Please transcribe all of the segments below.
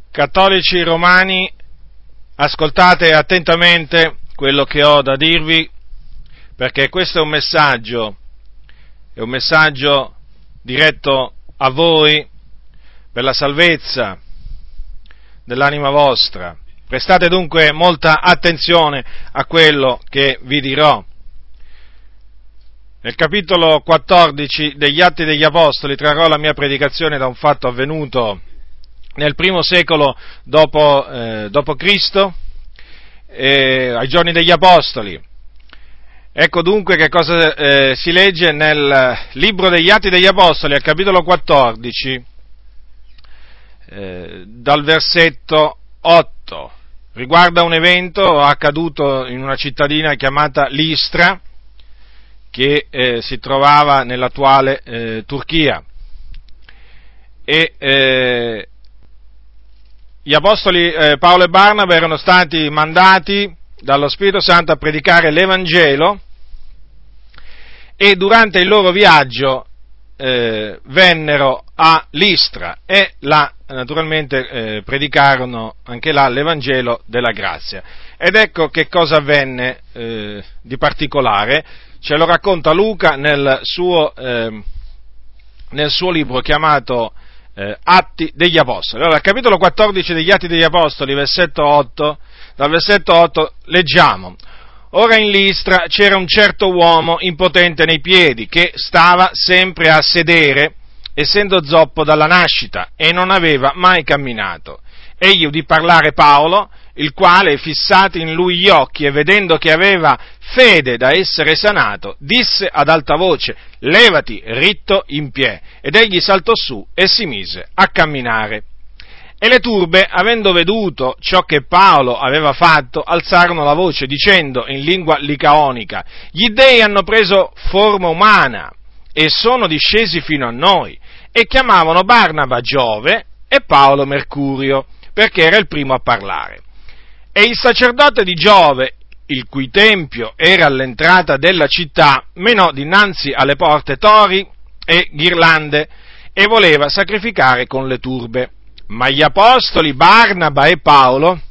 Cattolici romani, ascoltate attentamente quello che ho da dirvi, perché questo è un messaggio diretto a voi per la salvezza dell'anima vostra. Prestate dunque molta attenzione a quello che vi dirò. Nel capitolo 14 degli Atti degli Apostoli trarrò la mia predicazione da un fatto avvenuto nel primo secolo dopo Cristo, ai giorni degli Apostoli. Ecco dunque che cosa si legge nel libro degli Atti degli Apostoli, al capitolo 14, dal versetto 8. Riguarda un evento accaduto in una cittadina chiamata Listra, che si trovava nell'attuale Turchia. Gli apostoli Paolo e Barnaba erano stati mandati dallo Spirito Santo a predicare l'Evangelo, e durante il loro viaggio vennero a Listra e là naturalmente predicarono anche là l'Evangelo della grazia. Ed ecco che cosa avvenne di particolare. Ce lo racconta Luca nel suo libro chiamato Atti degli Apostoli. Allora, al capitolo 14 degli Atti degli Apostoli, dal versetto 8, leggiamo: Ora in Listra c'era un certo uomo impotente nei piedi, che stava sempre a sedere, essendo zoppo dalla nascita, e non aveva mai camminato. Egli udì parlare Paolo, il quale, fissati in lui gli occhi e vedendo che aveva fede da essere sanato, disse ad alta voce: levati ritto in piedi. Ed egli saltò su e si mise a camminare. E le turbe, avendo veduto ciò che Paolo aveva fatto, alzarono la voce, dicendo in lingua licaonica: gli dei hanno preso forma umana e sono discesi fino a noi. E chiamavano Barnaba Giove e Paolo Mercurio, perché era il primo a parlare. E il sacerdote di Giove, il cui tempio era all'entrata della città, menò dinanzi alle porte tori e ghirlande e voleva sacrificare con le turbe. Ma gli apostoli Barnaba e Paolo,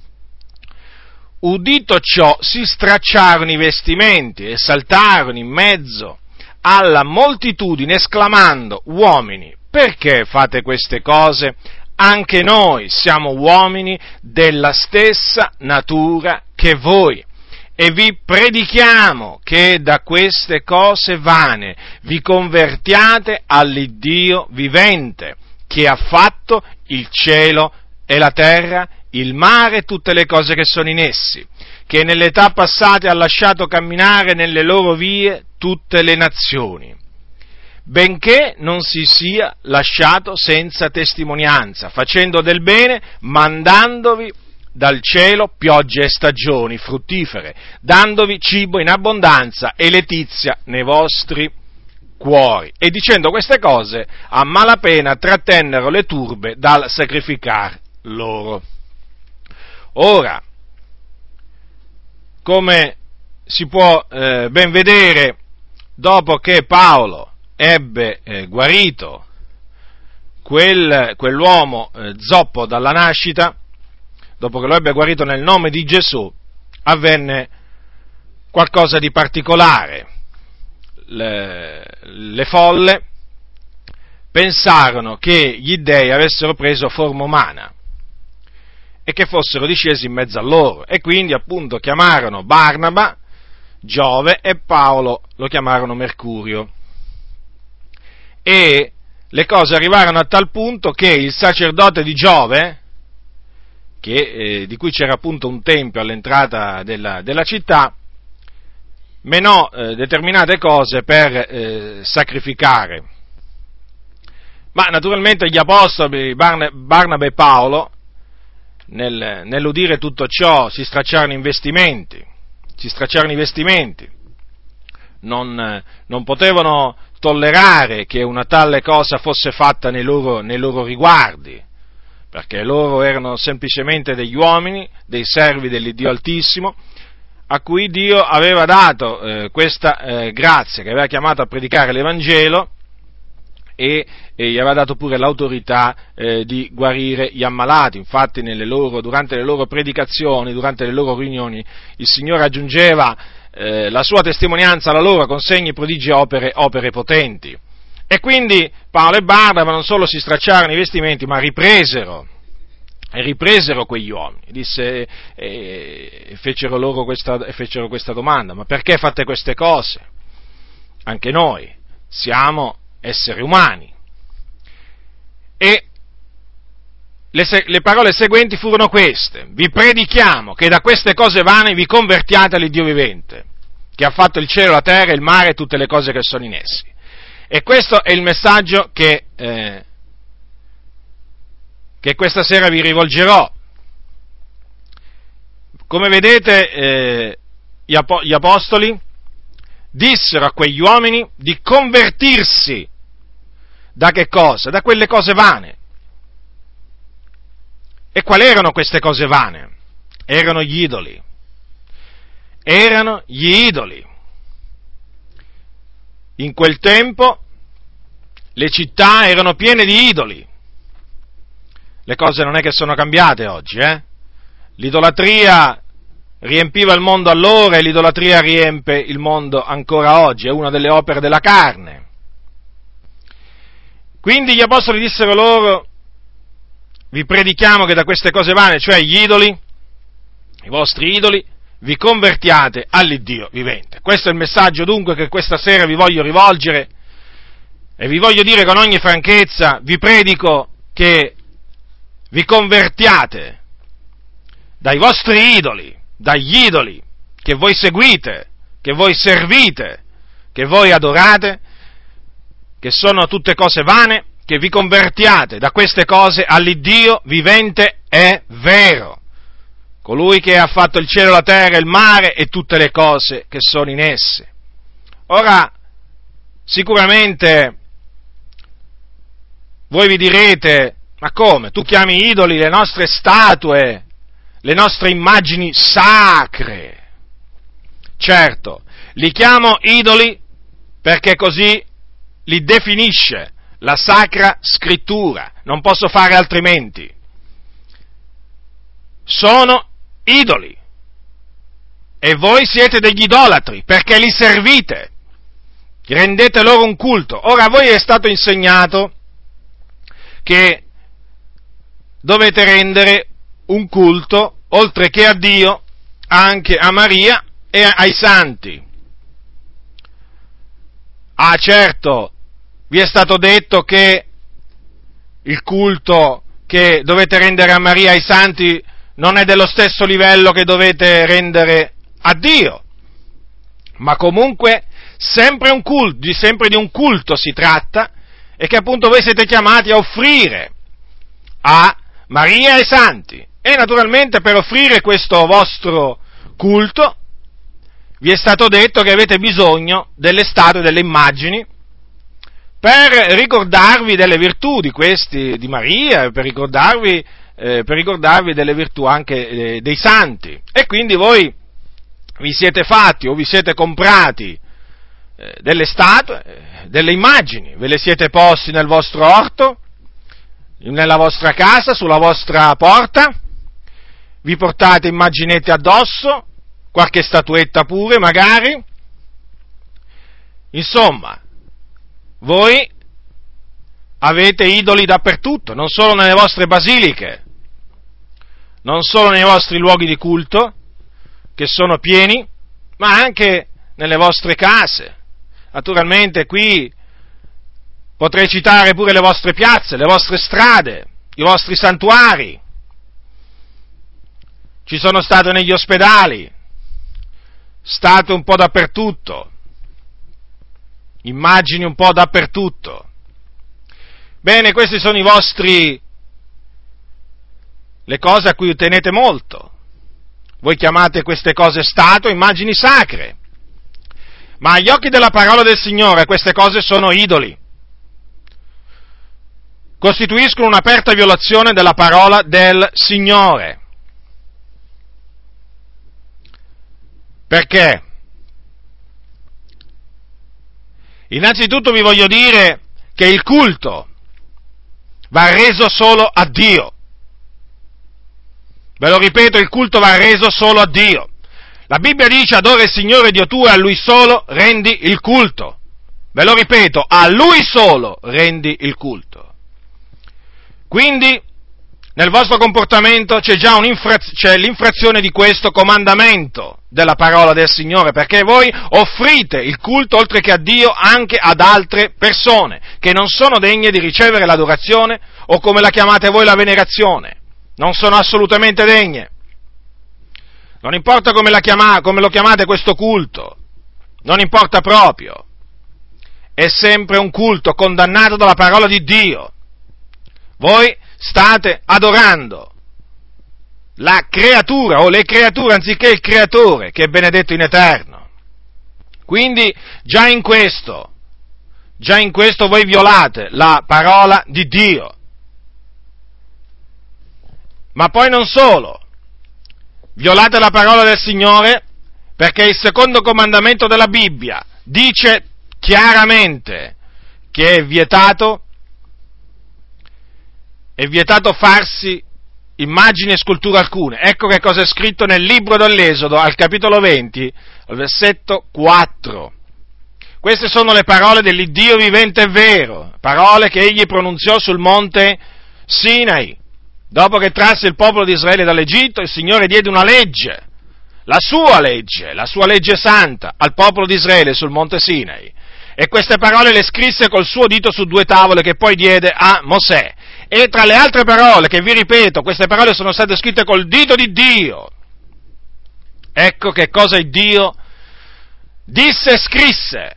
udito ciò, si stracciarono i vestimenti e saltarono in mezzo alla moltitudine, esclamando: uomini, perché fate queste cose? Anche noi siamo uomini della stessa natura che voi, e vi predichiamo che da queste cose vane vi convertiate all'Iddio vivente, che ha fatto il cielo e la terra, il mare e tutte le cose che sono in essi, che nell'età passate ha lasciato camminare nelle loro vie tutte le nazioni, benché non si sia lasciato senza testimonianza, facendo del bene, mandandovi dal cielo piogge e stagioni fruttifere, dandovi cibo in abbondanza e letizia nei vostri cuori. E dicendo queste cose, a malapena trattennero le turbe dal sacrificar loro. Ora, come si può ben vedere, dopo che Paolo ebbe guarito quell'uomo zoppo dalla nascita, dopo che lo ebbe guarito nel nome di Gesù, avvenne qualcosa di particolare. Le folle pensarono che gli dèi avessero preso forma umana e che fossero discesi in mezzo a loro, e quindi appunto chiamarono Barnaba Giove e Paolo lo chiamarono Mercurio. E le cose arrivarono a tal punto che il sacerdote di Giove, di cui c'era appunto un tempio all'entrata della città, menò determinate cose per sacrificare. Ma naturalmente gli apostoli Barnaba e Paolo, nell'udire tutto ciò, si stracciarono i vestimenti, non potevano tollerare che una tale cosa fosse fatta nei loro riguardi, perché loro erano semplicemente degli uomini, dei servi dell'Iddio Altissimo, a cui Dio aveva dato questa grazia, che aveva chiamato a predicare l'Evangelo, e gli aveva dato pure l'autorità di guarire gli ammalati. Infatti durante le loro predicazioni, durante le loro riunioni, il Signore aggiungeva la sua testimonianza alla loro con segni, prodigi e opere potenti. E quindi Paolo e Barnaba non solo si stracciarono i vestimenti, ma ripresero quegli uomini, e fecero questa domanda: ma perché fate queste cose? Anche noi siamo esseri umani. E le parole seguenti furono queste: vi predichiamo che da queste cose vane vi convertiate all'Iddio vivente, che ha fatto il cielo, la terra, il mare e tutte le cose che sono in essi. E questo è il messaggio che questa sera vi rivolgerò. Come vedete, gli apostoli dissero a quegli uomini di convertirsi da che cosa? Da quelle cose vane. E quali erano queste cose vane? Erano gli idoli. Erano gli idoli. In quel tempo le città erano piene di idoli. Le cose non è che sono cambiate oggi, L'idolatria riempiva il mondo allora e l'idolatria riempie il mondo ancora oggi, è una delle opere della carne. Quindi gli apostoli dissero loro: vi predichiamo che da queste cose vane, cioè gli idoli, i vostri idoli, vi convertiate all'Iddio vivente. Questo è il messaggio dunque che questa sera vi voglio rivolgere, e vi voglio dire con ogni franchezza: vi predico che vi convertiate dai vostri idoli, dagli idoli che voi seguite, che voi servite, che voi adorate, che sono tutte cose vane, che vi convertiate da queste cose all'Iddio vivente e vero, colui che ha fatto il cielo, la terra, il mare e tutte le cose che sono in esse. Ora, sicuramente voi vi direte: ma come? Tu chiami idoli le nostre statue, le nostre immagini sacre? Certo, li chiamo idoli perché così li definisce la Sacra Scrittura, non posso fare altrimenti. Sono idoli e voi siete degli idolatri perché li servite, rendete loro un culto. Ora a voi è stato insegnato che dovete rendere un culto, oltre che a Dio, anche a Maria e ai santi. Ah, certo, vi è stato detto che il culto che dovete rendere a Maria e ai santi non è dello stesso livello che dovete rendere a Dio, ma comunque sempre di un culto si tratta, e che appunto voi siete chiamati a offrire a Maria e ai santi. E naturalmente per offrire questo vostro culto vi è stato detto che avete bisogno delle statue, delle immagini, per ricordarvi delle virtù di Maria, per ricordarvi delle virtù anche dei santi. E quindi voi vi siete fatti o vi siete comprati delle statue, delle immagini, ve le siete posti nel vostro orto, nella vostra casa, sulla vostra porta, vi portate immaginette addosso, qualche statuetta pure magari. Insomma, voi avete idoli dappertutto, non solo nelle vostre basiliche, non solo nei vostri luoghi di culto, che sono pieni, ma anche nelle vostre case. Naturalmente qui potrei citare pure le vostre piazze, le vostre strade, i vostri santuari. Ci sono state negli ospedali, state un po' dappertutto, immagini un po' dappertutto. Bene, questi sono le cose a cui tenete molto. Voi chiamate queste cose statue, immagini sacre, ma agli occhi della parola del Signore queste cose sono idoli. Costituiscono un'aperta violazione della parola del Signore. Perché? Innanzitutto vi voglio dire che il culto va reso solo a Dio. Ve lo ripeto, il culto va reso solo a Dio. La Bibbia dice: adora il Signore Dio tuo e a Lui solo rendi il culto. Ve lo ripeto, a Lui solo rendi il culto. Quindi, nel vostro comportamento c'è già c'è l'infrazione di questo comandamento della parola del Signore, perché voi offrite il culto, oltre che a Dio, anche ad altre persone, che non sono degne di ricevere l'adorazione, o come la chiamate voi, la venerazione. Non sono assolutamente degne. Non importa come lo chiamate questo culto, non importa proprio. È sempre un culto condannato dalla parola di Dio. Voi state adorando la creatura o le creature anziché il creatore, che è benedetto in eterno. Quindi già in questo voi violate la parola di Dio. Ma poi non solo, violate la parola del Signore, perché il secondo comandamento della Bibbia dice chiaramente che è vietato farsi immagini e sculture alcune. Ecco che cosa è scritto nel libro dell'Esodo, al capitolo 20, al versetto 4. Queste sono le parole dell'Iddio vivente e vero, parole che egli pronunziò sul monte Sinai. Dopo che trasse il popolo di Israele dall'Egitto, il Signore diede una legge, la sua legge santa, al popolo di Israele sul monte Sinai. E queste parole le scrisse col suo dito su 2 tavole che poi diede a Mosè. E tra le altre parole, che vi ripeto, queste parole sono state scritte col dito di Dio. Ecco che cosa il Dio disse e scrisse.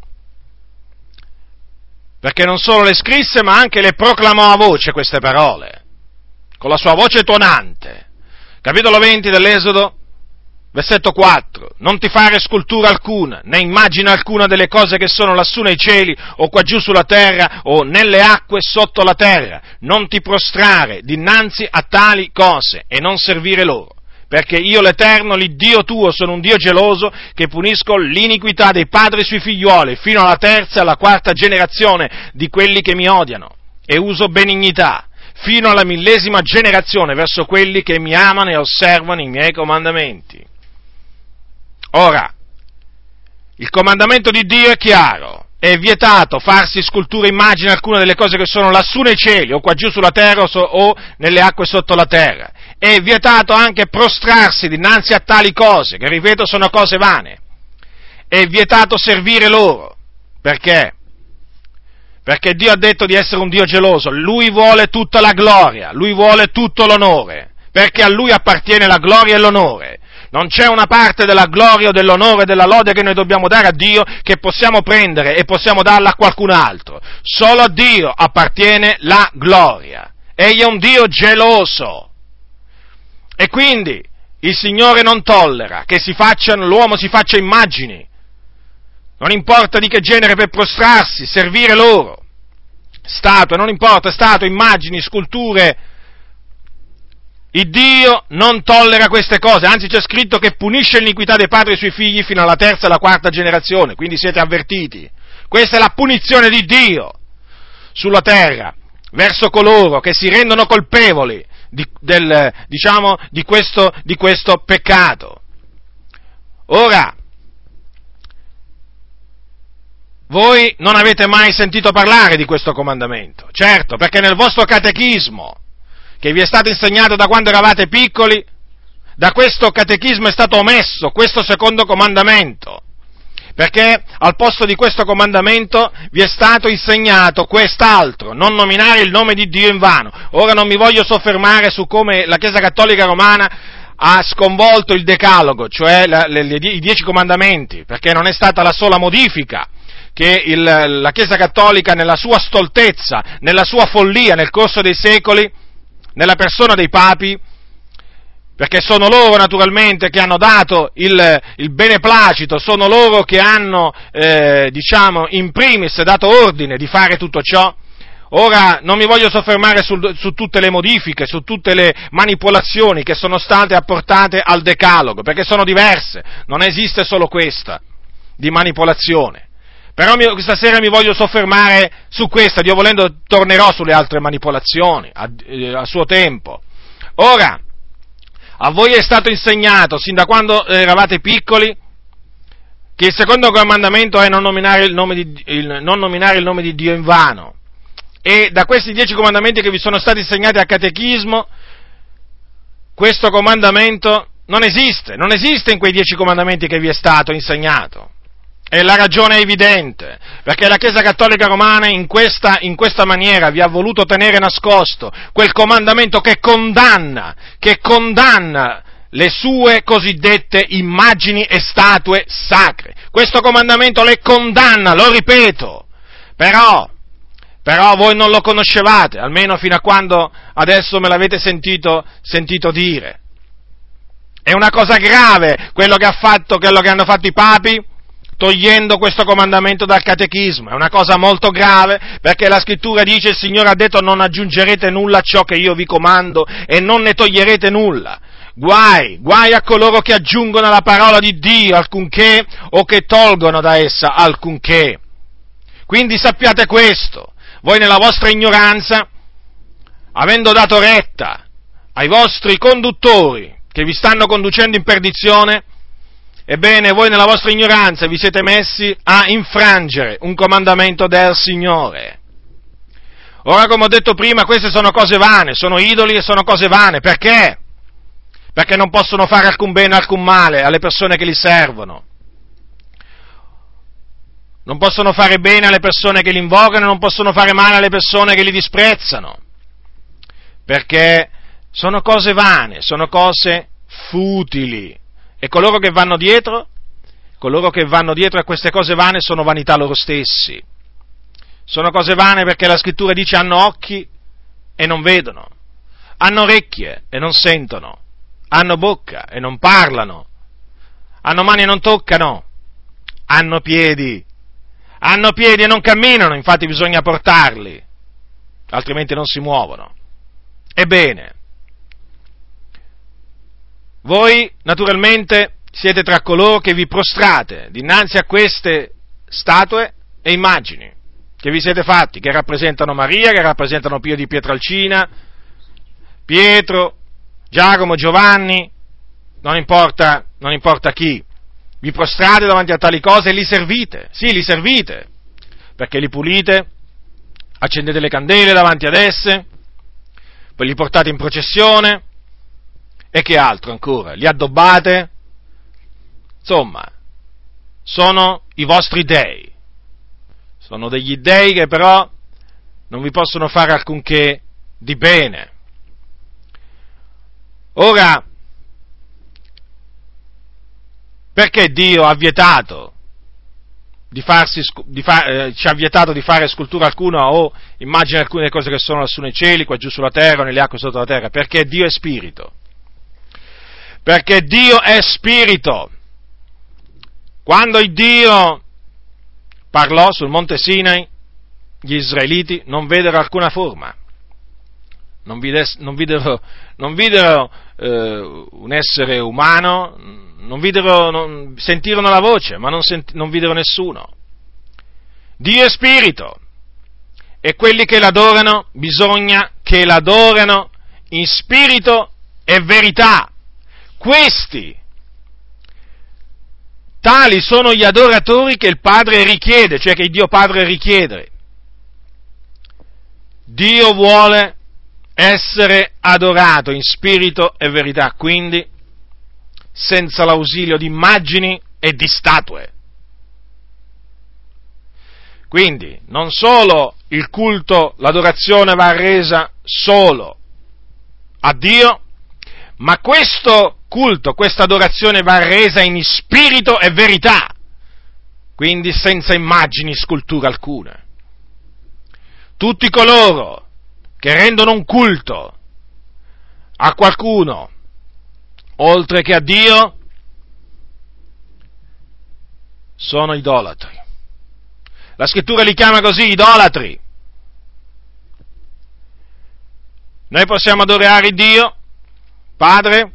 Perché non solo le scrisse, ma anche le proclamò a voce queste parole, con la sua voce tuonante. Capitolo 20 dell'Esodo, versetto 4. Non ti fare scultura alcuna, né immagine alcuna delle cose che sono lassù nei cieli, o qua giù sulla terra, o nelle acque sotto la terra. Non ti prostrare dinanzi a tali cose, e non servire loro. Perché io l'Eterno, l'Iddio tuo, sono un Dio geloso, che punisco l'iniquità dei padri sui figliuoli, fino alla 3ª e alla 4ª generazione di quelli che mi odiano, e uso benignità fino alla 1000ª generazione verso quelli che mi amano e osservano i miei comandamenti. Ora, il comandamento di Dio è chiaro: è vietato farsi scultura immagine alcuna delle cose che sono lassù nei cieli, o qua giù sulla terra, o nelle acque sotto la terra. È vietato anche prostrarsi dinanzi a tali cose, che ripeto sono cose vane. È vietato servire loro. Perché? Perché Dio ha detto di essere un Dio geloso. Lui vuole tutta la gloria, Lui vuole tutto l'onore, perché a Lui appartiene la gloria e l'onore. Non c'è una parte della gloria, dell'onore e della lode che noi dobbiamo dare a Dio che possiamo prendere e possiamo darla a qualcun altro. Solo a Dio appartiene la gloria. Egli è un Dio geloso. E quindi il Signore non tollera che l'uomo si faccia immagini, non importa di che genere, per prostrarsi, servire loro. Statue, non importa, statue, immagini, sculture. Il Dio non tollera queste cose, anzi c'è scritto che punisce l'iniquità dei padri sui figli fino alla 3ª e alla 4ª generazione, quindi siete avvertiti. Questa è la punizione di Dio sulla terra, verso coloro che si rendono colpevoli di questo peccato. Ora, voi non avete mai sentito parlare di questo comandamento, certo, perché nel vostro catechismo, che vi è stato insegnato da quando eravate piccoli, da questo catechismo è stato omesso questo secondo comandamento, perché al posto di questo comandamento vi è stato insegnato quest'altro: non nominare il nome di Dio in vano. Ora non mi voglio soffermare su come la Chiesa Cattolica Romana ha sconvolto il Decalogo, cioè i 10 comandamenti, perché non è stata la sola modifica che la Chiesa Cattolica, nella sua stoltezza, nella sua follia, nel corso dei secoli, nella persona dei papi, perché sono loro naturalmente che hanno dato il beneplacito, sono loro che hanno, in primis dato ordine di fare tutto ciò. Ora non mi voglio soffermare su tutte le modifiche, su tutte le manipolazioni che sono state apportate al Decalogo, perché sono diverse, non esiste solo questa di manipolazione. Però stasera mi voglio soffermare su questa, Dio volendo tornerò sulle altre manipolazioni a suo tempo. Ora, a voi è stato insegnato, sin da quando eravate piccoli, che il secondo comandamento è non nominare il nome di Dio in vano. E da questi 10 comandamenti che vi sono stati insegnati al catechismo, questo comandamento non esiste in quei 10 comandamenti che vi è stato insegnato. E la ragione è evidente, perché la Chiesa Cattolica Romana in questa maniera vi ha voluto tenere nascosto quel comandamento che condanna le sue cosiddette immagini e statue sacre. Questo comandamento le condanna, lo ripeto, però voi non lo conoscevate, almeno fino a quando adesso me l'avete sentito dire. È una cosa grave quello che hanno fatto i papi, togliendo questo comandamento dal catechismo. È una cosa molto grave, perché la scrittura dice: il Signore ha detto non aggiungerete nulla a ciò che io vi comando e non ne toglierete nulla. Guai a coloro che aggiungono alla parola di Dio alcunché o che tolgono da essa alcunché. Quindi sappiate questo, voi nella vostra ignoranza, avendo dato retta ai vostri conduttori che vi stanno conducendo in perdizione, ebbene voi nella vostra ignoranza vi siete messi a infrangere un comandamento del Signore. Ora, come ho detto prima, queste sono cose vane, sono idoli e sono cose vane. Perché? Perché non possono fare alcun bene o alcun male alle persone che li servono. Non possono fare bene alle persone che li invocano, non possono fare male alle persone che li disprezzano. Perché sono cose vane, sono cose futili. E coloro che vanno dietro a queste cose vane sono vanità loro stessi. Sono cose vane perché la Scrittura dice: hanno occhi e non vedono, hanno orecchie e non sentono, hanno bocca e non parlano, hanno mani e non toccano, hanno piedi e non camminano, infatti bisogna portarli, altrimenti non si muovono. Ebbene, voi naturalmente siete tra coloro che vi prostrate dinanzi a queste statue e immagini che vi siete fatti, che rappresentano Maria, che rappresentano Pio di Pietrelcina, Pietro, Giacomo, Giovanni, non importa chi. Vi prostrate davanti a tali cose e li servite, perché li pulite, accendete le candele davanti ad esse, poi li portate in processione, e che altro ancora? Li addobbate? Insomma, sono i vostri dei. Sono degli dei che però non vi possono fare alcunché di bene. Ora, perché Dio ha vietato ci ha vietato di fare scultura alcuna o immagine alcune cose che sono lassù nei cieli, qua giù sulla terra o nelle acque sotto la terra? Perché Dio è spirito. Perché Dio è spirito. Quando il Dio parlò sul monte Sinai, gli israeliti non videro alcuna forma, non videro un essere umano, sentirono la voce, ma non videro nessuno. Dio è spirito, e quelli che l'adorano bisogna che l'adorano in spirito e verità. Tali sono gli adoratori che il Padre richiede, cioè che il Dio Padre richiede. Dio vuole essere adorato in spirito e verità, quindi senza l'ausilio di immagini e di statue. Quindi non solo il culto, l'adorazione va resa solo a Dio, ma questo culto, questa adorazione va resa in spirito e verità, quindi senza immagini, scultura alcuna. Tutti coloro che rendono un culto a qualcuno oltre che a Dio sono idolatri. La Scrittura li chiama così, idolatri. Noi possiamo adorare Dio Padre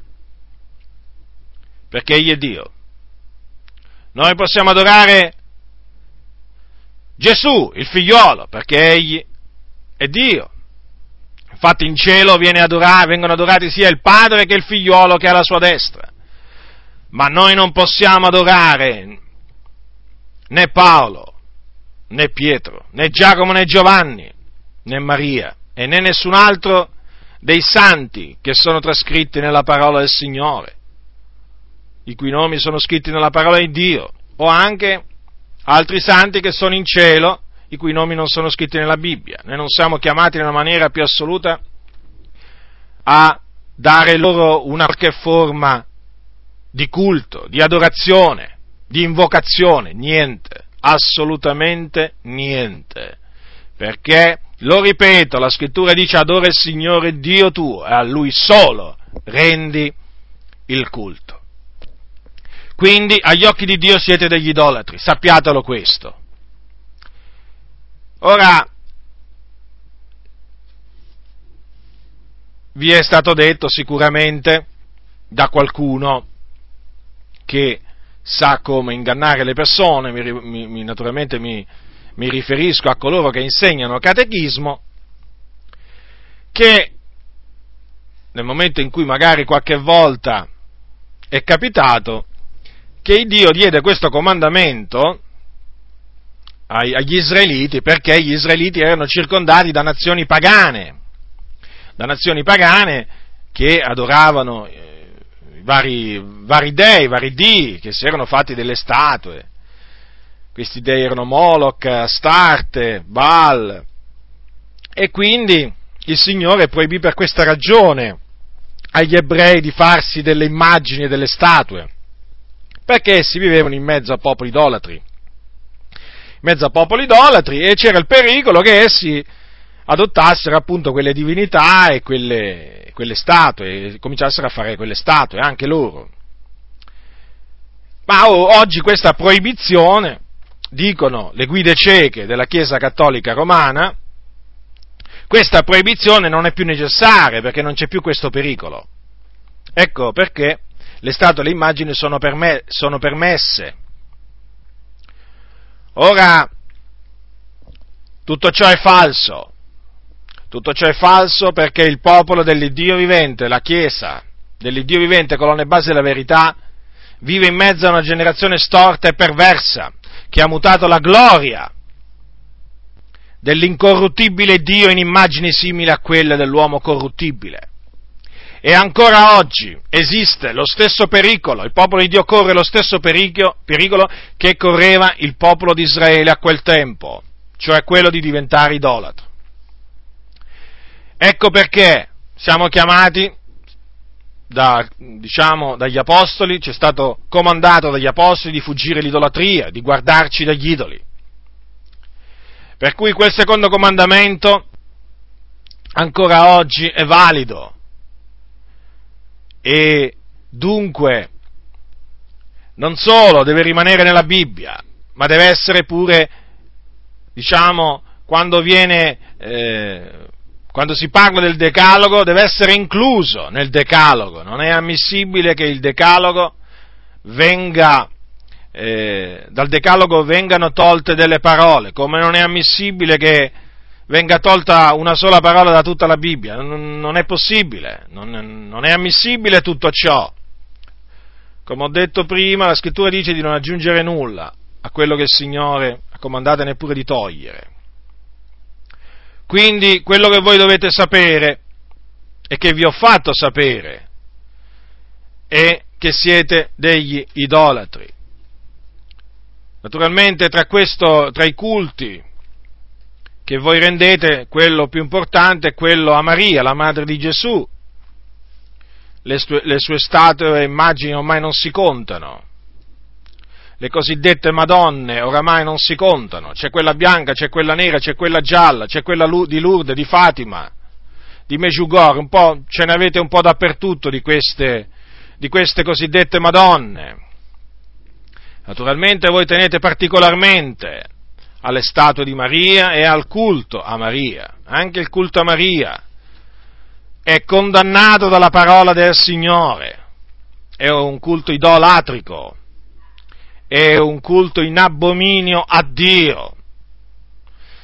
perché Egli è Dio. Noi possiamo adorare Gesù, il figliolo, perché egli è Dio. Infatti in cielo vengono adorati sia il Padre che il figliolo che è alla sua destra. Ma noi non possiamo adorare né Paolo, né Pietro, né Giacomo, né Giovanni, né Maria, e né nessun altro dei santi che sono trascritti nella parola del Signore, i cui nomi sono scritti nella parola di Dio, o anche altri santi che sono in cielo, i cui nomi non sono scritti nella Bibbia. Noi non siamo chiamati nella maniera più assoluta a dare loro una qualche forma di culto, di adorazione, di invocazione, niente, assolutamente niente, perché, lo ripeto, la Scrittura dice: adora il Signore Dio tuo e a Lui solo rendi il culto. Quindi agli occhi di Dio siete degli idolatri, sappiatelo questo. Ora, vi è stato detto sicuramente da qualcuno che sa come ingannare le persone, naturalmente mi riferisco a coloro che insegnano catechismo, che nel momento in cui magari qualche volta è capitato che Dio diede questo comandamento agli israeliti, perché gli israeliti erano circondati da nazioni pagane che adoravano vari dei, vari dii, che si erano fatti delle statue. Questi dei erano Moloch, Astarte, Baal, e quindi il Signore proibì per questa ragione agli ebrei di farsi delle immagini e delle statue, perché essi vivevano in mezzo a popoli idolatri, e c'era il pericolo che essi adottassero appunto quelle divinità e quelle statue, e cominciassero a fare quelle statue anche loro. Ma oggi questa proibizione, dicono le guide cieche della Chiesa Cattolica Romana, questa proibizione non è più necessaria, perché non c'è più questo pericolo. Ecco perché le statue e le immagini sono permesse. Ora, tutto ciò è falso perché il popolo dell'Iddio vivente, la Chiesa dell'Iddio vivente, colonna e base della verità, vive in mezzo a una generazione storta e perversa, che ha mutato la gloria dell'incorruttibile Dio in immagini simili a quelle dell'uomo corruttibile. E ancora oggi esiste lo stesso pericolo, il popolo di Dio corre lo stesso pericolo che correva il popolo di Israele a quel tempo, cioè quello di diventare idolatro. Ecco perché siamo chiamati dagli apostoli, ci è stato comandato dagli apostoli di fuggire l'idolatria, di guardarci dagli idoli. Per cui quel secondo comandamento ancora oggi è valido. E dunque non solo deve rimanere nella Bibbia, ma deve essere pure, quando si parla del Decalogo, deve essere incluso nel Decalogo. Non è ammissibile che il Decalogo dal Decalogo vengano tolte delle parole, come non è ammissibile che venga tolta una sola parola da tutta la Bibbia. Non è possibile, non è ammissibile tutto ciò. Come ho detto prima, la Scrittura dice di non aggiungere nulla a quello che il Signore ha comandato, neppure di togliere. Quindi quello che voi dovete sapere, e che vi ho fatto sapere, è che siete degli idolatri. Naturalmente tra i culti che voi rendete, quello più importante è quello a Maria, la madre di Gesù. Le sue statue e immagini ormai non si contano. Le cosiddette Madonne oramai non si contano. C'è quella bianca, c'è quella nera, c'è quella gialla, c'è quella di Lourdes, di Fatima, di Medjugorje, ce ne avete un po' dappertutto di queste cosiddette Madonne. Naturalmente voi tenete particolarmente alle statue di Maria e al culto a Maria. Anche il culto a Maria è condannato dalla parola del Signore, è un culto idolatrico, è un culto in abominio a Dio,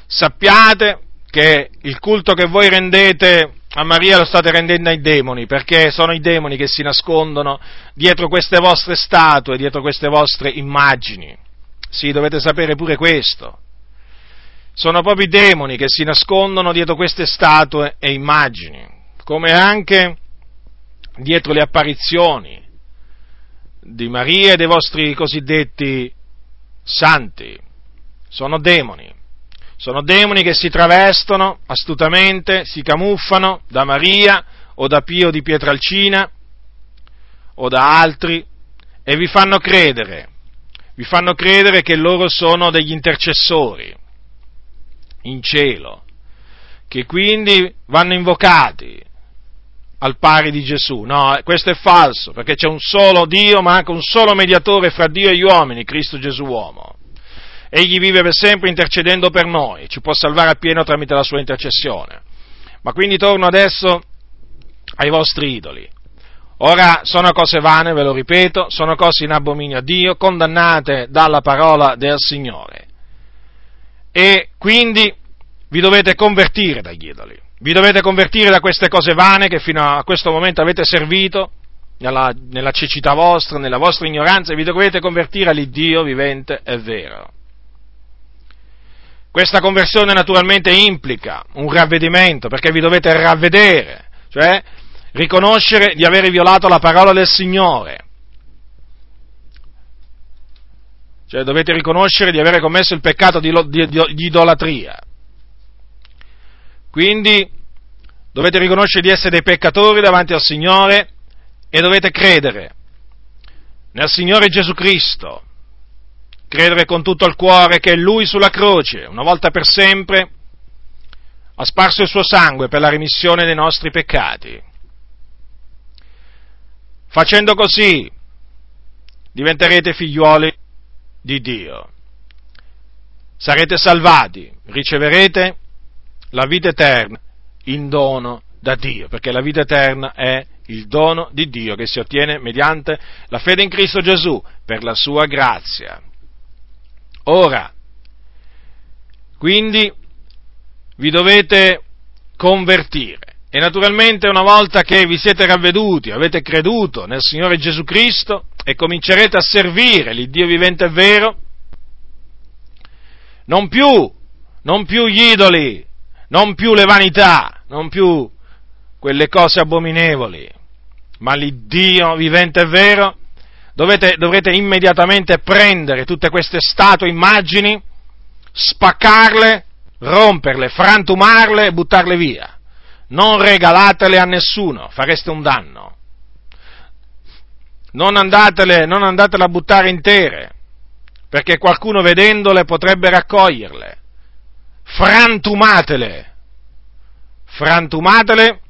sappiate che il culto che voi rendete a Maria lo state rendendo ai demoni, perché sono i demoni che si nascondono dietro queste vostre statue, dietro queste vostre immagini. Sì, dovete sapere pure questo. Sono proprio i demoni che si nascondono dietro queste statue e immagini, come anche dietro le apparizioni di Maria e dei vostri cosiddetti santi. Sono demoni che si travestono astutamente, si camuffano da Maria o da Pio di Pietralcina o da altri e vi fanno credere che loro sono degli intercessori in cielo, che quindi vanno invocati al pari di Gesù. No, questo è falso, perché c'è un solo Dio, ma anche un solo mediatore fra Dio e gli uomini, Cristo Gesù uomo. Egli vive per sempre intercedendo per noi, ci può salvare appieno tramite la sua intercessione. Ma quindi torno adesso ai vostri idoli. Ora, sono cose vane, ve lo ripeto, sono cose in abominio a Dio, condannate dalla parola del Signore. E quindi vi dovete convertire dagli idoli, vi dovete convertire da queste cose vane che fino a questo momento avete servito nella cecità vostra, nella vostra ignoranza, e vi dovete convertire all'Iddio vivente e vero. Questa conversione naturalmente implica un ravvedimento, perché vi dovete ravvedere, cioè riconoscere di aver violato la parola del Signore. Cioè dovete riconoscere di aver commesso il peccato di idolatria. Quindi dovete riconoscere di essere dei peccatori davanti al Signore e dovete credere nel Signore Gesù Cristo, credere con tutto il cuore che Lui sulla croce, una volta per sempre, ha sparso il suo sangue per la remissione dei nostri peccati. Facendo così diventerete figliuoli di Dio, sarete salvati, riceverete la vita eterna in dono da Dio, perché la vita eterna è il dono di Dio che si ottiene mediante la fede in Cristo Gesù per la sua grazia. Ora, quindi, vi dovete convertire e naturalmente una volta che vi siete ravveduti, avete creduto nel Signore Gesù Cristo e comincerete a servire l'Iddio vivente e vero, non più gli idoli, non più le vanità, non più quelle cose abominevoli, ma l'Iddio vivente e vero, dovrete immediatamente prendere tutte queste statue, immagini, spaccarle, romperle, frantumarle e buttarle via. Non regalatele a nessuno, fareste un danno. Non andatele a buttare intere, perché qualcuno vedendole potrebbe raccoglierle. Frantumatele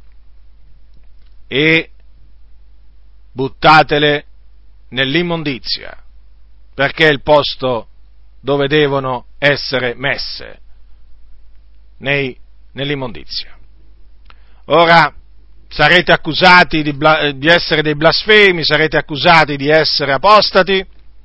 e buttatele nell'immondizia, perché è il posto dove devono essere messe, nell'immondizia. Ora sarete accusati di essere dei blasfemi, sarete accusati di essere apostati,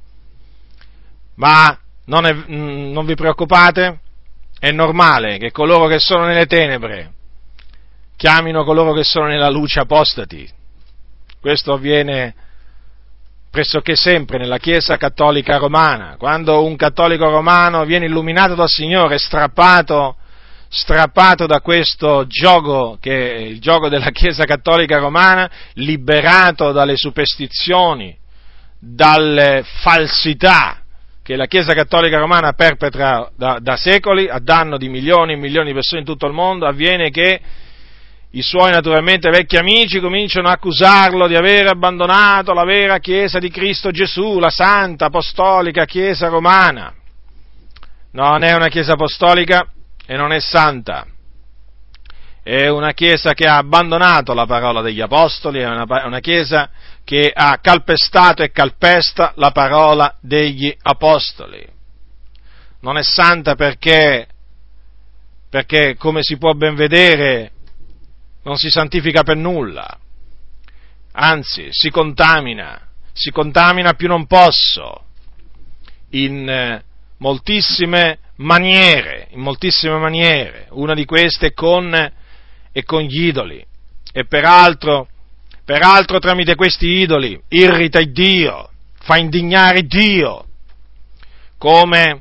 ma non vi preoccupate, è normale che coloro che sono nelle tenebre chiamino coloro che sono nella luce apostati. Questo avviene pressoché sempre nella Chiesa cattolica romana. Quando un cattolico romano viene illuminato dal Signore, strappato da questo giogo, che è il giogo della Chiesa cattolica romana, liberato dalle superstizioni, dalle falsità che la Chiesa cattolica romana perpetra da secoli, a danno di milioni e milioni di persone in tutto il mondo, avviene che i suoi naturalmente vecchi amici cominciano a accusarlo di aver abbandonato la vera Chiesa di Cristo Gesù, la santa, apostolica Chiesa romana. No, non è una Chiesa apostolica e non è santa, è una Chiesa che ha abbandonato la parola degli apostoli, è una Chiesa che ha calpestato e calpesta la parola degli apostoli. Non è santa perché come si può ben vedere, non si santifica per nulla, anzi si contamina più non posso in moltissime maniere, una di queste è con gli idoli, e peraltro tramite questi idoli irrita il Dio, fa indignare Dio, come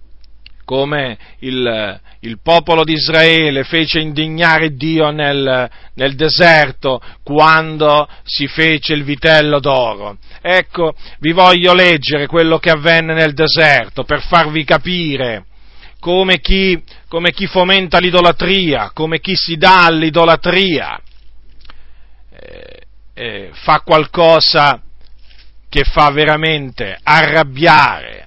il popolo di Israele fece indignare Dio nel deserto quando si fece il vitello d'oro. Ecco, vi voglio leggere quello che avvenne nel deserto per farvi capire come chi fomenta l'idolatria, come chi si dà all'idolatria, fa qualcosa che fa veramente arrabbiare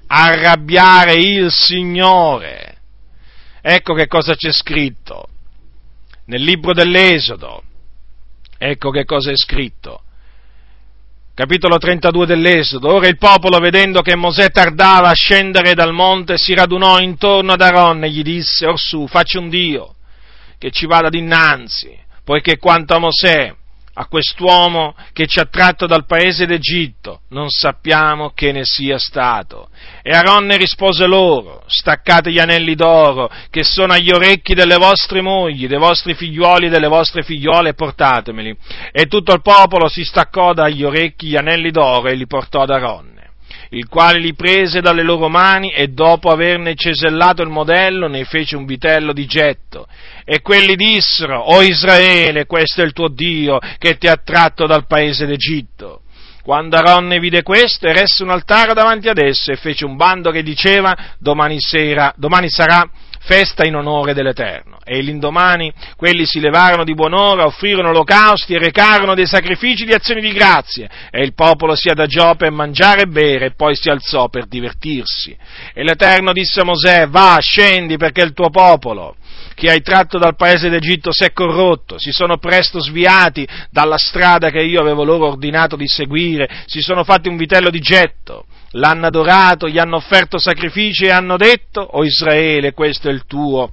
il Signore. Ecco che cosa c'è scritto nel libro dell'Esodo, ecco che cosa è scritto, capitolo 32 dell'Esodo. Ora il popolo, vedendo che Mosè tardava a scendere dal monte, si radunò intorno ad Aaron e gli disse: Orsù, facci un Dio che ci vada dinanzi, poiché quanto a Mosè, a quest'uomo che ci ha tratto dal paese d'Egitto, non sappiamo che ne sia stato. E Aaronne rispose loro: staccate gli anelli d'oro che sono agli orecchi delle vostre mogli, dei vostri figliuoli e delle vostre figliuole, e portatemeli. E tutto il popolo si staccò dagli orecchi gli anelli d'oro e li portò ad Aaronne, il quale li prese dalle loro mani e dopo averne cesellato il modello ne fece un vitello di getto. E quelli dissero: O Israele, questo è il tuo Dio che ti ha tratto dal paese d'Egitto. Quando Aaronne vide questo, eresse un altare davanti ad esso e fece un bando che diceva: domani sarà festa in onore dell'Eterno. E l'indomani quelli si levarono di buon'ora, offrirono olocausti e recarono dei sacrifici di azioni di grazie, e il popolo si adagiò per mangiare e bere, e poi si alzò per divertirsi. E l'Eterno disse a Mosè: va, scendi, perché il tuo popolo, che hai tratto dal paese d'Egitto, si è corrotto, si sono presto sviati dalla strada che io avevo loro ordinato di seguire, si sono fatti un vitello di getto, l'hanno adorato, gli hanno offerto sacrifici e hanno detto: O Israele, questo è il tuo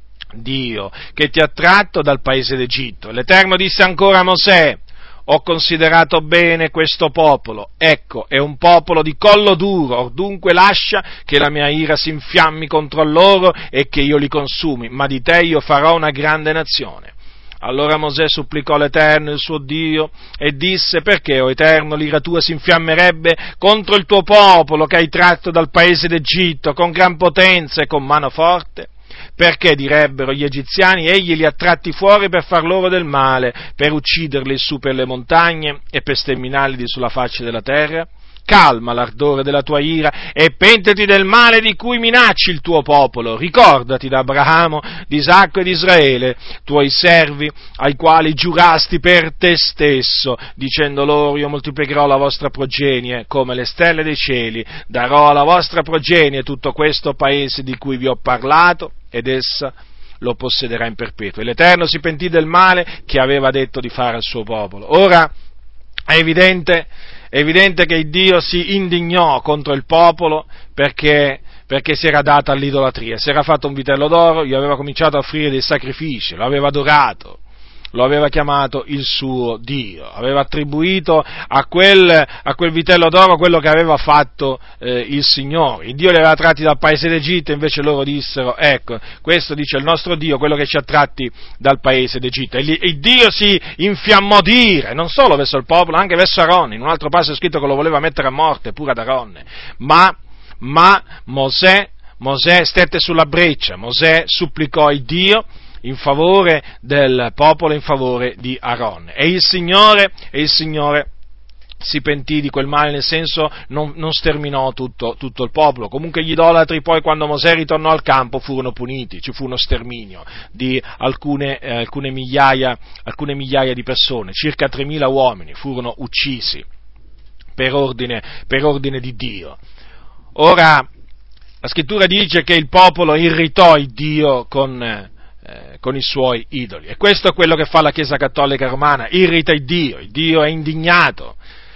Dio che ti ha tratto dal paese d'Egitto. L'Eterno disse ancora a Mosè: ho considerato bene questo popolo, ecco, è un popolo di collo duro, or dunque lascia che la mia ira si infiammi contro loro e che io li consumi, ma di te io farò una grande nazione. Allora Mosè supplicò l'Eterno, il suo Dio, e disse: perché, o Eterno, l'ira tua si infiammerebbe contro il tuo popolo che hai tratto dal paese d'Egitto con gran potenza e con mano forte? Perché direbbero gli egiziani: egli li ha tratti fuori per far loro del male, per ucciderli su per le montagne e per sterminarli sulla faccia della terra? Calma l'ardore della tua ira e pentiti del male di cui minacci il tuo popolo. Ricordati d'Abramo, di Isacco e di Israele, tuoi servi, ai quali giurasti per te stesso, dicendo loro: io moltiplicherò la vostra progenie come le stelle dei cieli, darò alla vostra progenie tutto questo paese di cui vi ho parlato, ed essa lo possederà in perpetuo. E l'Eterno si pentì del male che aveva detto di fare al suo popolo. Ora è evidente che Dio si indignò contro il popolo perché si era data all'idolatria, si era fatto un vitello d'oro, gli aveva cominciato a offrire dei sacrifici, lo aveva adorato, lo aveva chiamato il suo Dio, aveva attribuito a quel vitello d'oro quello che aveva fatto il Signore. Il Dio li aveva tratti dal paese d'Egitto, invece loro dissero: ecco, questo dice il nostro Dio, quello che ci ha tratti dal paese d'Egitto. E il Dio si infiammò di ira, non solo verso il popolo, anche verso Aaronne. In un altro passo è scritto che lo voleva mettere a morte pure ad Aaronne, ma Mosè stette sulla breccia, Mosè supplicò il Dio in favore del popolo, in favore di Aaronne. E il Signore si pentì di quel male, nel senso non sterminò tutto il popolo. Comunque gli idolatri poi, quando Mosè ritornò al campo, furono puniti, ci fu uno sterminio di alcune migliaia di persone, circa 3.000 uomini furono uccisi per ordine di Dio. Ora, la scrittura dice che il popolo irritò il Dio con i suoi idoli, e questo è quello che fa la Chiesa Cattolica Romana: irrita il Dio è indignato,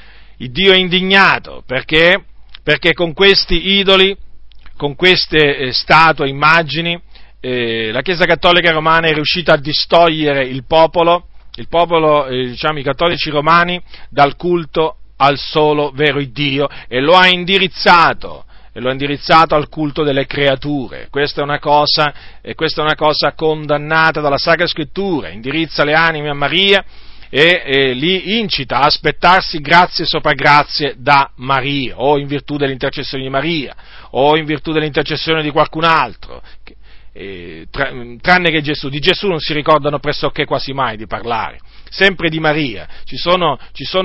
perché con questi idoli, con queste statue, immagini, la Chiesa Cattolica Romana è riuscita a distogliere i cattolici romani dal culto al solo vero Dio, e lo ha indirizzato e lo ha indirizzato al culto delle creature. Questa è una cosa condannata dalla Sacra Scrittura. Indirizza le anime a Maria e li incita a aspettarsi grazie sopra grazie da Maria, o in virtù dell'intercessione di Maria, o in virtù dell'intercessione di qualcun altro. Tranne che Gesù. Di Gesù non si ricordano pressoché quasi mai di parlare, sempre di Maria. Ci sono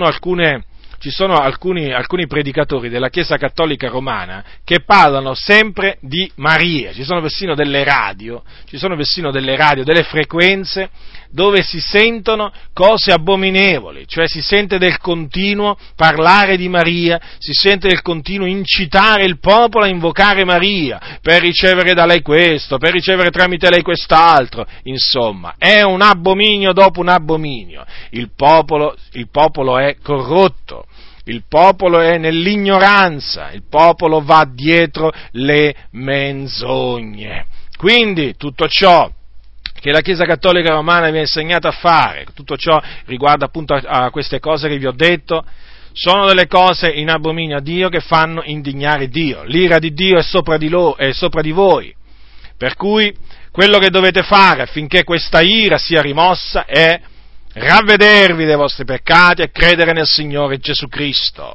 alcuni predicatori della Chiesa Cattolica Romana che parlano sempre di Maria. Ci sono persino delle radio, delle frequenze dove si sentono cose abominevoli, cioè si sente del continuo parlare di Maria, si sente del continuo incitare il popolo a invocare Maria per ricevere da lei questo, per ricevere tramite lei quest'altro. Insomma, è un abominio dopo un abominio. Il popolo è corrotto. Il popolo è nell'ignoranza, il popolo va dietro le menzogne. Quindi tutto ciò che la Chiesa Cattolica Romana vi ha insegnato a fare, tutto ciò riguarda appunto a queste cose che vi ho detto, sono delle cose in abominio a Dio che fanno indignare Dio. L'ira di Dio è sopra di voi. Per cui quello che dovete fare affinché questa ira sia rimossa è ravvedervi dei vostri peccati e credere nel Signore Gesù Cristo.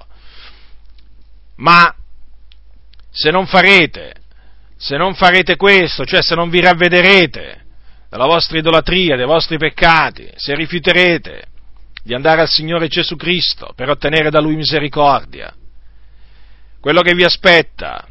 Ma se non farete questo, cioè se non vi ravvederete della vostra idolatria, dei vostri peccati, se rifiuterete di andare al Signore Gesù Cristo per ottenere da Lui misericordia, quello che vi aspetta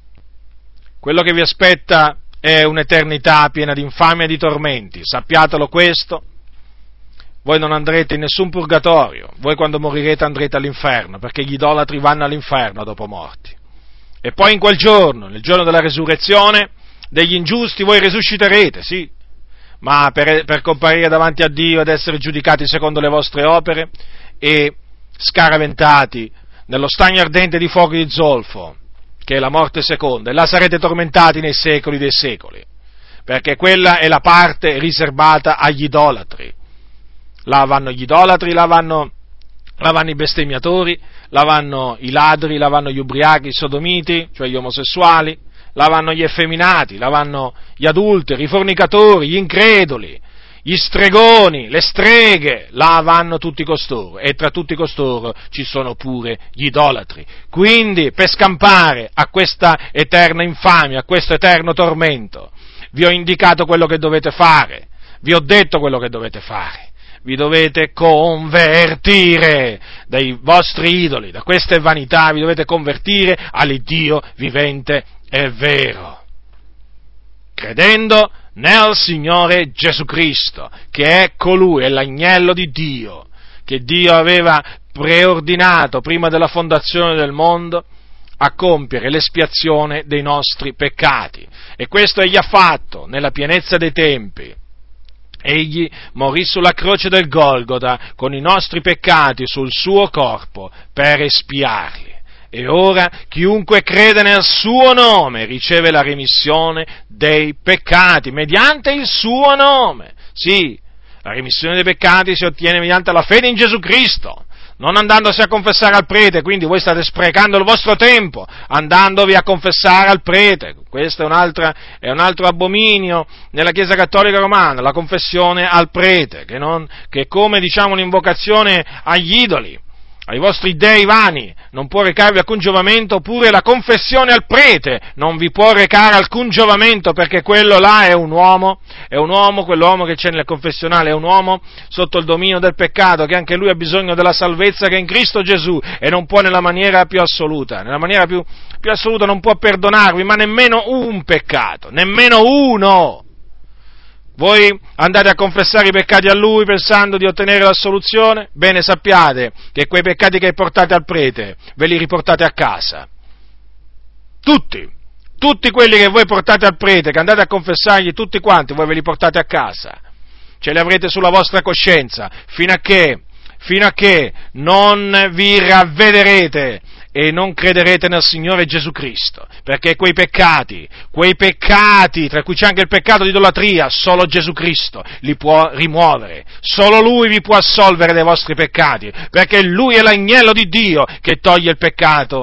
è un'eternità piena di infamia e di tormenti. Sappiatelo questo. Voi non andrete in nessun purgatorio, voi quando morirete andrete all'inferno, perché gli idolatri vanno all'inferno dopo morti. E poi in quel giorno, nel giorno della resurrezione degli ingiusti, voi risusciterete, sì, ma per comparire davanti a Dio ed essere giudicati secondo le vostre opere e scaraventati nello stagno ardente di fuoco di zolfo, che è la morte seconda, e là sarete tormentati nei secoli dei secoli, perché quella è la parte riservata agli idolatri. Là vanno gli idolatri, là vanno i bestemmiatori, là vanno i ladri, là vanno gli ubriachi, i sodomiti, cioè gli omosessuali, là vanno gli effeminati, là vanno gli adulteri, i fornicatori, gli increduli, gli stregoni, le streghe, là vanno tutti costoro, e tra tutti costoro ci sono pure gli idolatri. Quindi, per scampare a questa eterna infamia, a questo eterno tormento, vi ho indicato quello che dovete fare, vi ho detto quello che dovete fare. Vi dovete convertire dai vostri idoli, da queste vanità, vi dovete convertire all'Iddio vivente e vero, credendo nel Signore Gesù Cristo, che è colui, è l'agnello di Dio, che Dio aveva preordinato prima della fondazione del mondo a compiere l'espiazione dei nostri peccati. E questo egli ha fatto nella pienezza dei tempi. Egli morì sulla croce del Golgota con i nostri peccati sul suo corpo per espiarli. E ora chiunque crede nel suo nome riceve la remissione dei peccati mediante il suo nome. Sì, la remissione dei peccati si ottiene mediante la fede in Gesù Cristo, non andandosi a confessare al prete. Quindi voi state sprecando il vostro tempo andandovi a confessare al prete. Questo è un altro abominio nella Chiesa Cattolica Romana, la confessione al prete, che è come un'invocazione agli idoli, ai vostri dei vani. Non può recarvi alcun giovamento, oppure la confessione al prete non vi può recare alcun giovamento, perché quello là è un uomo, quell'uomo che c'è nel confessionale è un uomo sotto il dominio del peccato, che anche lui ha bisogno della salvezza che è in Cristo Gesù, e non può nella maniera più assoluta non può perdonarvi, ma nemmeno un peccato, nemmeno uno. Voi andate a confessare i peccati a Lui pensando di ottenere l'assoluzione? Bene, sappiate che quei peccati che portate al prete ve li riportate a casa. Tutti quelli che voi portate al prete, che andate a confessargli, tutti quanti, voi ve li portate a casa. Ce li avrete sulla vostra coscienza, fino a che non vi ravvederete e non crederete nel Signore Gesù Cristo, perché quei peccati, tra cui c'è anche il peccato di idolatria, solo Gesù Cristo li può rimuovere, solo Lui vi può assolvere dei vostri peccati, perché Lui è l'agnello di Dio che toglie il peccato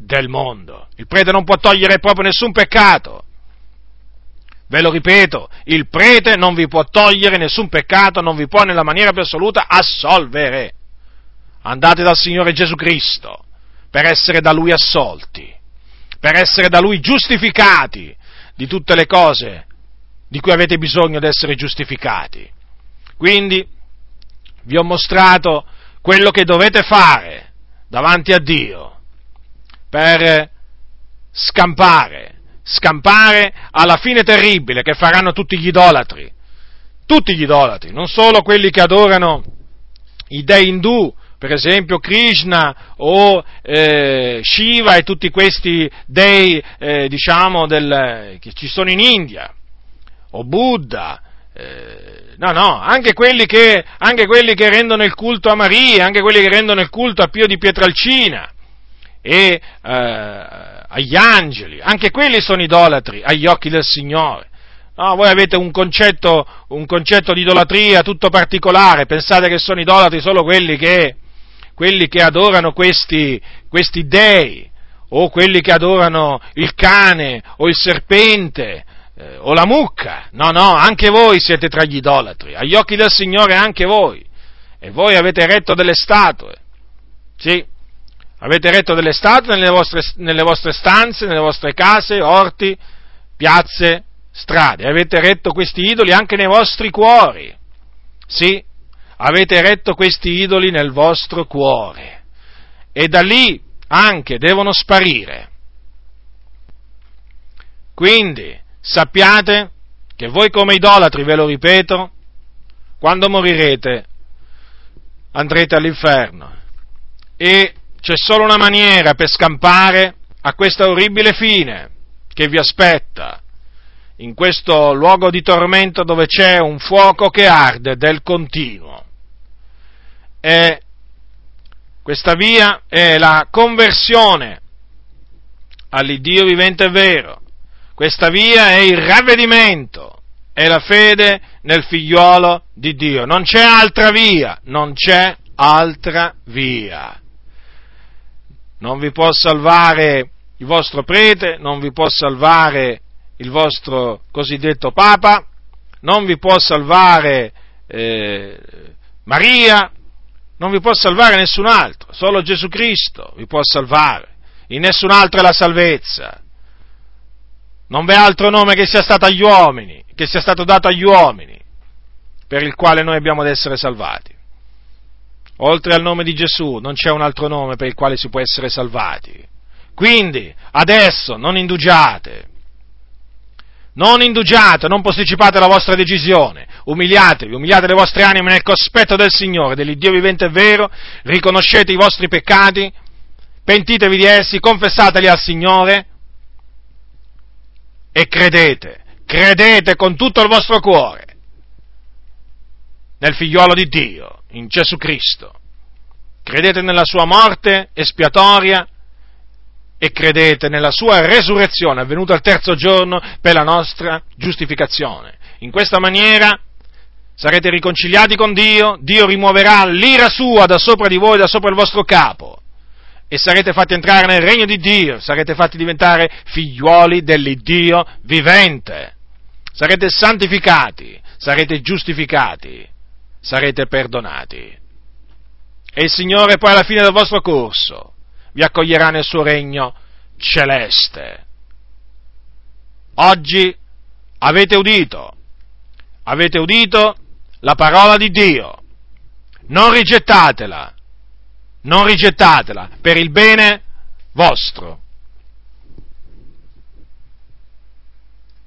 del mondo. Il prete non può togliere proprio nessun peccato. Ve lo ripeto, il prete non vi può togliere nessun peccato, non vi può nella maniera più assoluta assolvere. Andate dal Signore Gesù Cristo per essere da Lui assolti, per essere da Lui giustificati di tutte le cose di cui avete bisogno di essere giustificati. Quindi vi ho mostrato quello che dovete fare davanti a Dio per scampare alla fine terribile che faranno tutti gli idolatri, non solo quelli che adorano i dei indù, per esempio Krishna o Shiva e tutti questi dei, che ci sono in India, o Buddha, anche quelli che rendono il culto a Maria, anche quelli che rendono il culto a Pio di Pietrelcina e agli angeli, anche quelli sono idolatri agli occhi del Signore. No, voi avete un concetto di idolatria tutto particolare, pensate che sono idolatri solo quelli che adorano questi dei, o quelli che adorano il cane, o il serpente, o la mucca. No, anche voi siete tra gli idolatri, agli occhi del Signore anche voi, e voi avete eretto delle statue, sì, avete eretto delle statue nelle vostre stanze, nelle vostre case, orti, piazze, strade, avete eretto questi idoli anche nei vostri cuori, sì, avete eretto questi idoli nel vostro cuore, e da lì anche devono sparire. Quindi sappiate che voi come idolatri, ve lo ripeto, quando morirete andrete all'inferno, e c'è solo una maniera per scampare a questa orribile fine che vi aspetta in questo luogo di tormento dove c'è un fuoco che arde del continuo. E questa via è la conversione all'Iddio vivente e vero. Questa via è il ravvedimento, è la fede nel figliuolo di Dio. Non c'è altra via. Non vi può salvare il vostro prete, non vi può salvare il vostro cosiddetto Papa, non vi può salvare Maria, non vi può salvare nessun altro, solo Gesù Cristo vi può salvare, in nessun altro è la salvezza. Non v'è altro nome che sia stato dato agli uomini, per il quale noi abbiamo ad essere salvati. Oltre al nome di Gesù non c'è un altro nome per il quale si può essere salvati. Quindi, adesso, non indugiate, non posticipate la vostra decisione, umiliate le vostre anime nel cospetto del Signore, dell'Iddio vivente e vero, riconoscete i vostri peccati, pentitevi di essi, confessateli al Signore e credete con tutto il vostro cuore nel Figliuolo di Dio, in Gesù Cristo. Credete nella sua morte espiatoria e credete nella sua resurrezione, avvenuta il terzo giorno per la nostra giustificazione. In questa maniera sarete riconciliati con Dio, Dio rimuoverà l'ira sua da sopra di voi, da sopra il vostro capo, e sarete fatti entrare nel regno di Dio, sarete fatti diventare figliuoli dell'Iddio vivente, sarete santificati, sarete giustificati, sarete perdonati. E il Signore poi alla fine del vostro corso vi accoglierà nel suo regno celeste. Oggi avete udito la parola di Dio, non rigettatela per il bene vostro.